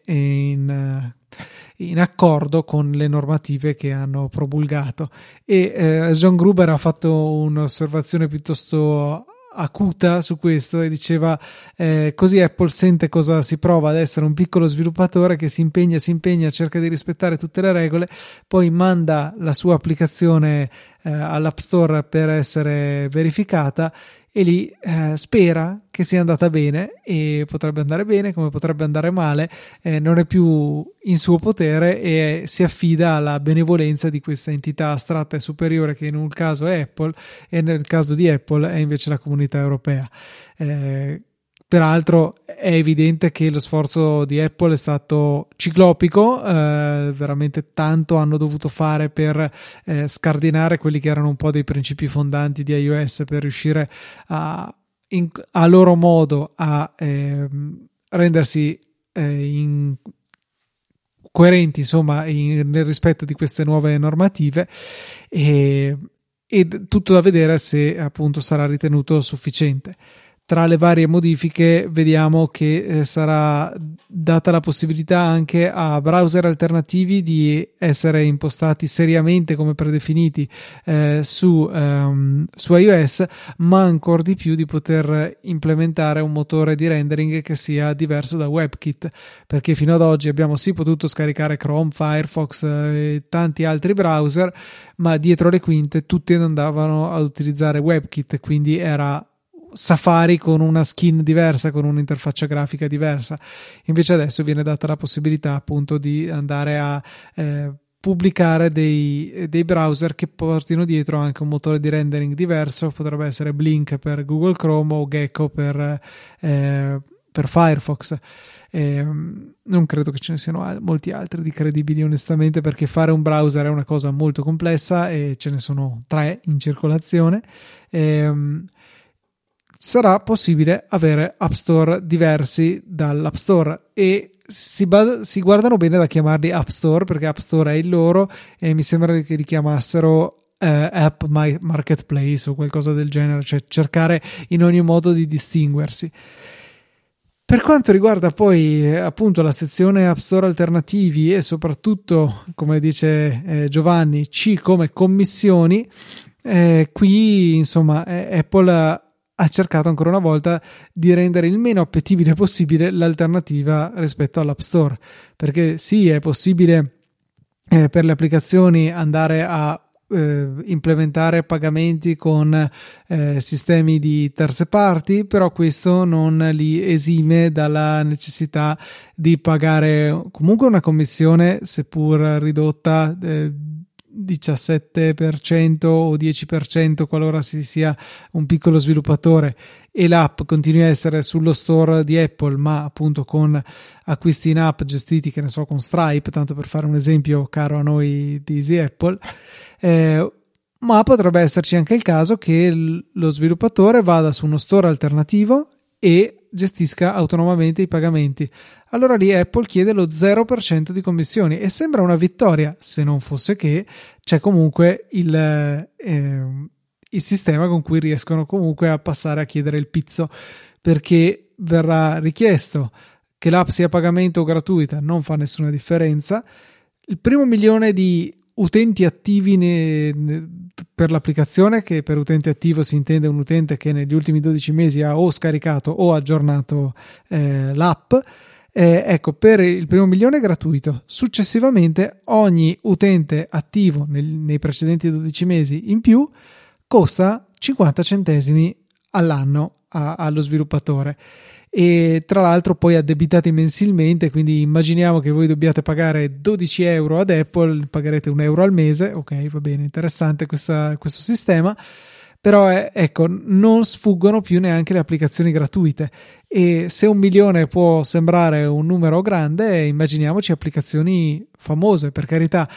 in accordo con le normative che hanno promulgato. E John Gruber ha fatto un'osservazione piuttosto acuta su questo e diceva così Apple sente cosa si prova ad essere un piccolo sviluppatore che si impegna, cerca di rispettare tutte le regole, poi manda la sua applicazione all'App Store per essere verificata e lì spera che sia andata bene, e potrebbe andare bene come potrebbe andare male, non è più in suo potere e si affida alla benevolenza di questa entità astratta e superiore, che in un caso è Apple e nel caso di Apple è invece la Comunità Europea. Peraltro è evidente che lo sforzo di Apple è stato ciclopico, veramente tanto hanno dovuto fare per scardinare quelli che erano un po' dei principi fondanti di iOS, per riuscire a loro modo a rendersi coerenti, insomma, nel rispetto di queste nuove normative, e tutto da vedere se appunto sarà ritenuto sufficiente. Tra le varie modifiche vediamo che sarà data la possibilità anche a browser alternativi di essere impostati seriamente come predefiniti su iOS, ma ancora di più di poter implementare un motore di rendering che sia diverso da WebKit, perché fino ad oggi abbiamo sì potuto scaricare Chrome, Firefox e tanti altri browser, ma dietro le quinte tutti andavano ad utilizzare WebKit, quindi era Safari con una skin diversa, con un'interfaccia grafica diversa. Invece adesso viene data la possibilità appunto di andare a pubblicare dei browser che portino dietro anche un motore di rendering diverso. Potrebbe essere Blink per Google Chrome o Gecko per per Firefox. Non credo che ce ne siano molti altri di credibili, onestamente, perché fare un browser è una cosa molto complessa e ce ne sono 3 in circolazione. Sarà possibile avere App Store diversi dall'App Store e si guardano bene da chiamarli App Store, perché App Store è il loro, e mi sembra che li chiamassero App Marketplace o qualcosa del genere, cioè cercare in ogni modo di distinguersi. Per quanto riguarda poi appunto la sezione App Store alternativi e soprattutto, come dice Giovanni, C come commissioni, qui insomma Apple ha cercato ancora una volta di rendere il meno appetibile possibile l'alternativa rispetto all'App Store, perché sì, è possibile per le applicazioni andare a implementare pagamenti con sistemi di terze parti, però questo non li esime dalla necessità di pagare comunque una commissione, seppur ridotta, 17% o 10% qualora si sia un piccolo sviluppatore e l'app continui a essere sullo store di Apple, ma appunto con acquisti in app gestiti, che ne so, con Stripe, tanto per fare un esempio caro a noi di Easy Apple. Ma potrebbe esserci anche il caso che lo sviluppatore vada su uno store alternativo e gestisca autonomamente i pagamenti. Allora lì Apple chiede lo 0% di commissioni e sembra una vittoria, se non fosse che c'è comunque il sistema con cui riescono comunque a passare a chiedere il pizzo, perché verrà richiesto che l'app sia a pagamento o gratuita, non fa nessuna differenza. Il primo 1 milione di utenti attivi per l'applicazione, che per utente attivo si intende un utente che negli ultimi 12 mesi ha o scaricato o aggiornato l'app. Ecco, per il primo 1 milione è gratuito. Successivamente ogni utente attivo nei precedenti 12 mesi in più costa 50 centesimi all'anno allo sviluppatore, e tra l'altro poi addebitati mensilmente, quindi immaginiamo che voi dobbiate pagare 12 euro ad Apple, pagherete 1 euro al mese. Ok, va bene, interessante questo sistema, però ecco, non sfuggono più neanche le applicazioni gratuite, e se 1 milione può sembrare un numero grande, immaginiamoci applicazioni famose, per carità.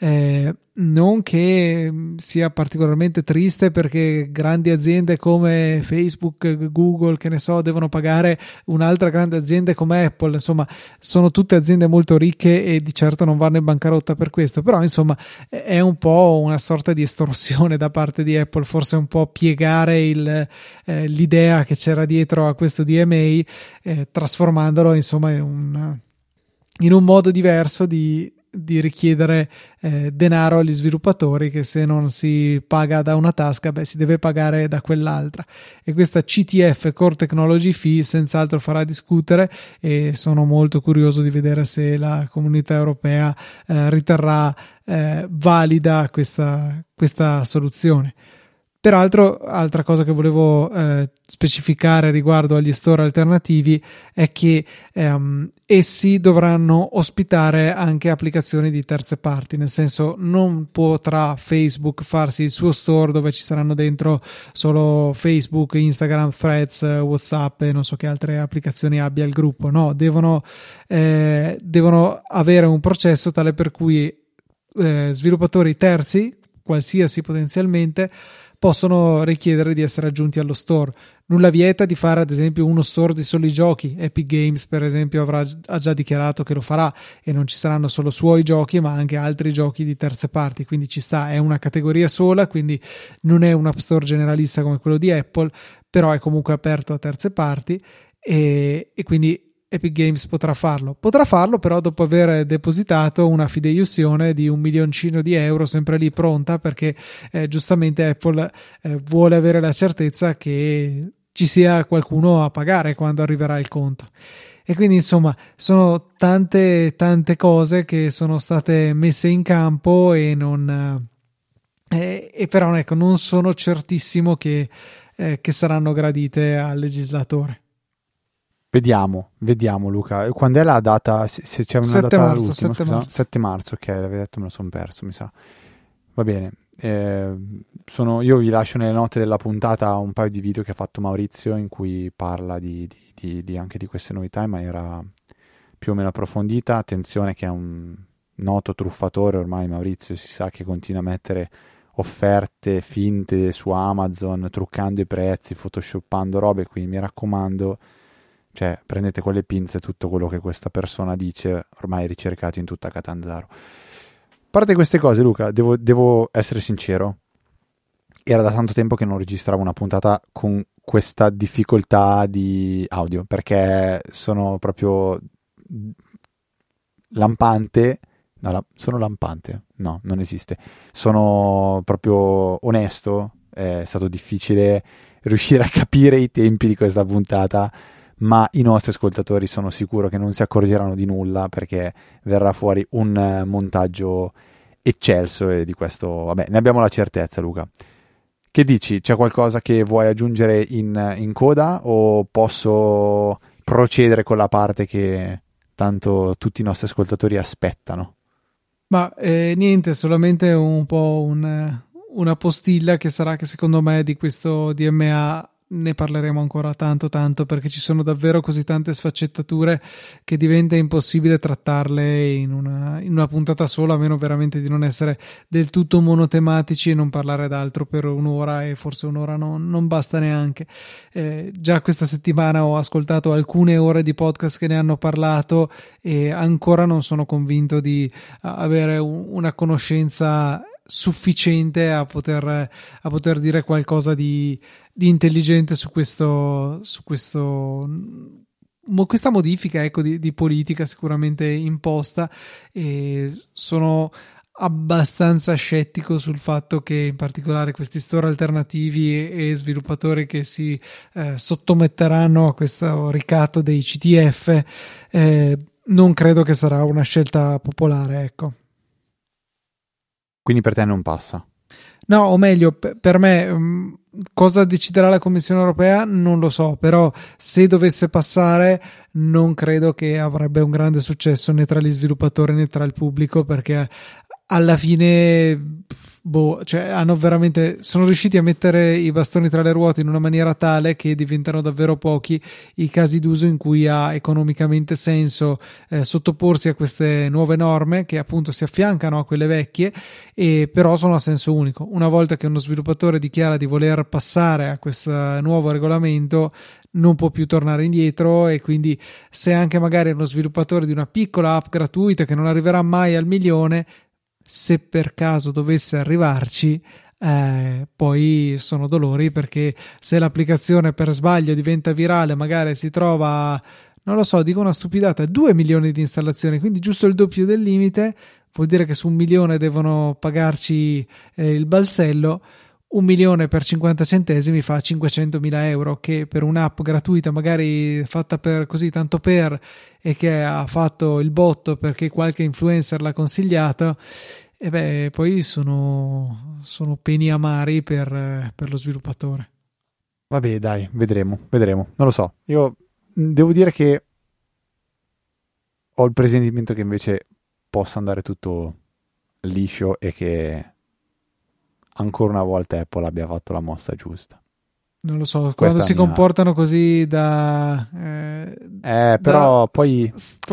Non che sia particolarmente triste perché grandi aziende come Facebook, Google, che ne so, devono pagare un'altra grande azienda come Apple. Insomma, sono tutte aziende molto ricche e di certo non vanno in bancarotta per questo, però insomma è un po' una sorta di estorsione da parte di Apple, forse un po' piegare l'idea che c'era dietro a questo DMA, trasformandolo insomma in un modo diverso di richiedere denaro agli sviluppatori, che se non si paga da una tasca, si deve pagare da quell'altra, e questa CTF, Core Technology Fee, senz'altro farà discutere, e sono molto curioso di vedere se la comunità europea riterrà valida questa soluzione. Peraltro, altra cosa che volevo specificare riguardo agli store alternativi è che essi dovranno ospitare anche applicazioni di terze parti, nel senso, non potrà Facebook farsi il suo store dove ci saranno dentro solo Facebook, Instagram, Threads, WhatsApp e non so che altre applicazioni abbia il gruppo. No, devono avere un processo tale per cui sviluppatori terzi, qualsiasi potenzialmente, possono richiedere di essere aggiunti allo store. Nulla vieta di fare ad esempio uno store di soli giochi. Epic Games per esempio ha già dichiarato che lo farà, e non ci saranno solo suoi giochi ma anche altri giochi di terze parti, quindi ci sta, è una categoria sola, quindi non è un app store generalista come quello di Apple, però è comunque aperto a terze parti, e quindi Epic Games potrà farlo però dopo aver depositato una fideiussione di 1 milioncino di euro sempre lì pronta, perché giustamente Apple vuole avere la certezza che ci sia qualcuno a pagare quando arriverà il conto. E quindi insomma sono tante cose che sono state messe in campo e però ecco, non sono certissimo che saranno gradite al legislatore. Vediamo Luca, quando è la data? Se c'è una 7 data marzo, all'ultimo, 7 marzo. 7 marzo, ok, l'avevi detto, me lo sono perso, mi sa. Va bene, io vi lascio nelle note della puntata un paio di video che ha fatto Maurizio in cui parla anche di queste novità in maniera più o meno approfondita. Attenzione che è un noto truffatore ormai, Maurizio, si sa che continua a mettere offerte finte su Amazon, truccando i prezzi, photoshoppando robe, quindi mi raccomando, cioè prendete con le pinze tutto quello che questa persona dice, ormai ricercato in tutta Catanzaro. A parte queste cose, Luca, devo essere sincero, era da tanto tempo che non registravo una puntata con questa difficoltà di audio, perché sono proprio lampante. No, sono lampante? No, non esiste. Sono proprio onesto, è stato difficile riuscire a capire i tempi di questa puntata, ma i nostri ascoltatori sono sicuro che non si accorgeranno di nulla, perché verrà fuori un montaggio eccelso, e di questo, vabbè, ne abbiamo la certezza, Luca. Che dici? C'è qualcosa che vuoi aggiungere in coda, o posso procedere con la parte che tanto tutti i nostri ascoltatori aspettano? Ma niente, solamente un po' una postilla che sarà che secondo me di questo DMA ne parleremo ancora tanto perché ci sono davvero così tante sfaccettature che diventa impossibile trattarle in una puntata sola, a meno veramente di non essere del tutto monotematici e non parlare d'altro per un'ora, e forse un'ora non basta neanche. Già questa settimana ho ascoltato alcune ore di podcast che ne hanno parlato e ancora non sono convinto di avere una conoscenza sufficiente a poter dire qualcosa di intelligente su questa modifica, ecco, di politica sicuramente imposta, e sono abbastanza scettico sul fatto che in particolare questi store alternativi e sviluppatori che si sottometteranno a questo ricatto dei CTF, non credo che sarà una scelta popolare, ecco. Quindi per te non passa? No, o meglio, per me, cosa deciderà la Commissione europea non lo so, però se dovesse passare non credo che avrebbe un grande successo né tra gli sviluppatori né tra il pubblico, perché alla fine sono riusciti a mettere i bastoni tra le ruote in una maniera tale che diventano davvero pochi i casi d'uso in cui ha economicamente senso sottoporsi a queste nuove norme, che appunto si affiancano a quelle vecchie, e però sono a senso unico. Una volta che uno sviluppatore dichiara di voler passare a questo nuovo regolamento, non può più tornare indietro, e quindi se anche magari è uno sviluppatore di una piccola app gratuita che non arriverà mai al 1.000.000, se per caso dovesse arrivarci, poi sono dolori, perché se l'applicazione per sbaglio diventa virale, magari si trova, non lo so, dico una stupidata, 2 milioni di installazioni, quindi giusto il doppio del limite, vuol dire che su 1 milione devono pagarci il balzello. 1 milione per 50 centesimi fa 500.000 euro, che per un'app gratuita magari fatta per così tanto per, e che ha fatto il botto perché qualche influencer l'ha consigliato, e poi sono peni amari per lo sviluppatore. Vabbè, dai, vedremo, non lo so. Io devo dire che ho il presentimento che invece possa andare tutto liscio e che ancora una volta Apple abbia fatto la mossa giusta. Non lo so, quando si comportano così però poi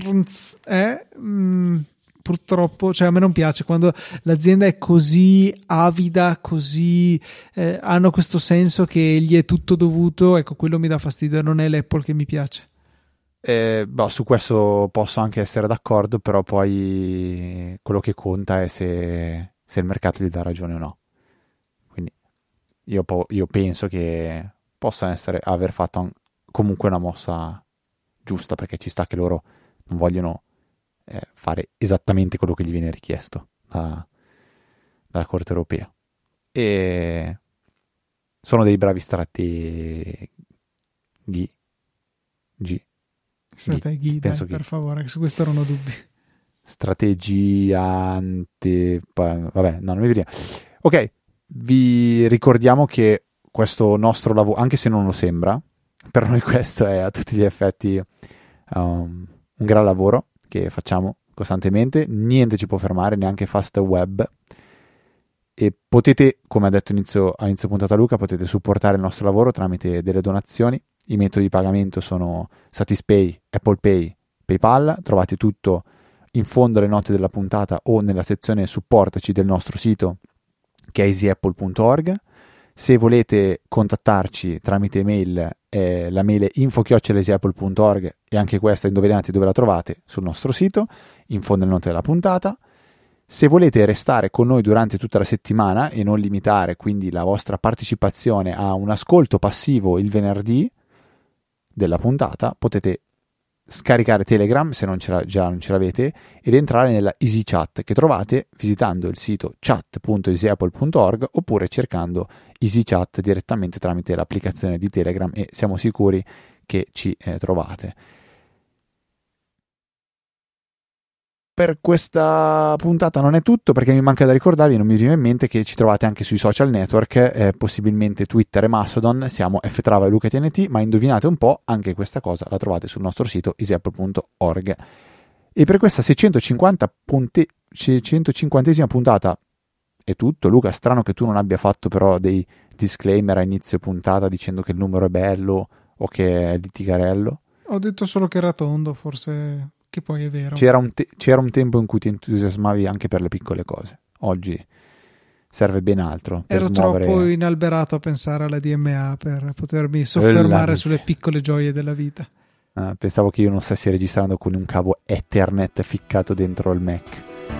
purtroppo, cioè a me non piace quando l'azienda è così avida, così hanno questo senso che gli è tutto dovuto, ecco, quello mi dà fastidio, non è l'Apple che mi piace. Su questo posso anche essere d'accordo, però poi quello che conta è se il mercato gli dà ragione o no. Quindi io penso che possa aver fatto comunque una mossa giusta, perché ci sta che loro non vogliono fare esattamente quello che gli viene richiesto dalla Corte Europea, e sono dei bravi strateghi. Penso per favore, su questo non ho dubbi. Vabbè, no, non mi viene. Ok, vi ricordiamo che questo nostro lavoro, anche se non lo sembra, per noi questo è a tutti gli effetti un gran lavoro che facciamo costantemente, niente ci può fermare, neanche Fast Web, e potete, come ha detto a inizio puntata Luca, potete supportare il nostro lavoro tramite delle donazioni. I metodi di pagamento sono Satispay, Apple Pay, PayPal. Trovate tutto in fondo alle note della puntata o nella sezione supportaci del nostro sito, che è easyapple.org. Se volete contattarci tramite mail, la mail è info@easyapple.org, e anche questa indovinate dove la trovate, sul nostro sito, in fondo alle note della puntata. Se volete restare con noi durante tutta la settimana e non limitare quindi la vostra partecipazione a un ascolto passivo il venerdì della puntata, potete scaricare Telegram se non ce l'avete ed entrare nella Easy Chat, che trovate visitando il sito chat.easyapple.org oppure cercando Easy Chat direttamente tramite l'applicazione di Telegram, e siamo sicuri che ci trovate. Per questa puntata non è tutto, perché mi manca da ricordarvi, non mi viene in mente, che ci trovate anche sui social network, possibilmente Twitter e Mastodon, siamo ftrava e LucaTNT, ma indovinate un po', anche questa cosa la trovate sul nostro sito easyapple.org. E per questa 650esima puntata è tutto. Luca, strano che tu non abbia fatto però dei disclaimer a inizio puntata dicendo che il numero è bello o che è litigarello. Ho detto solo che era tondo, forse... che poi è vero. C'era un tempo in cui ti entusiasmavi anche per le piccole cose. Oggi serve ben altro per Ero troppo inalberato a pensare alla DMA per potermi soffermare sulle piccole gioie della vita. Pensavo che io non stessi registrando con un cavo Ethernet ficcato dentro il Mac.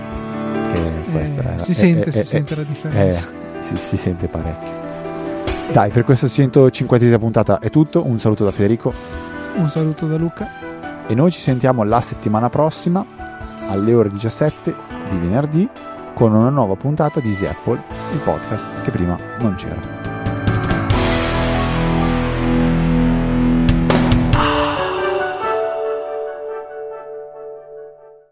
Si sente la differenza. Si sente parecchio. Dai, per questa 150esima puntata è tutto. Un saluto da Federico. Un saluto da Luca. E noi ci sentiamo la settimana prossima alle ore 17 di venerdì con una nuova puntata di Easy Apple, il podcast che prima non c'era.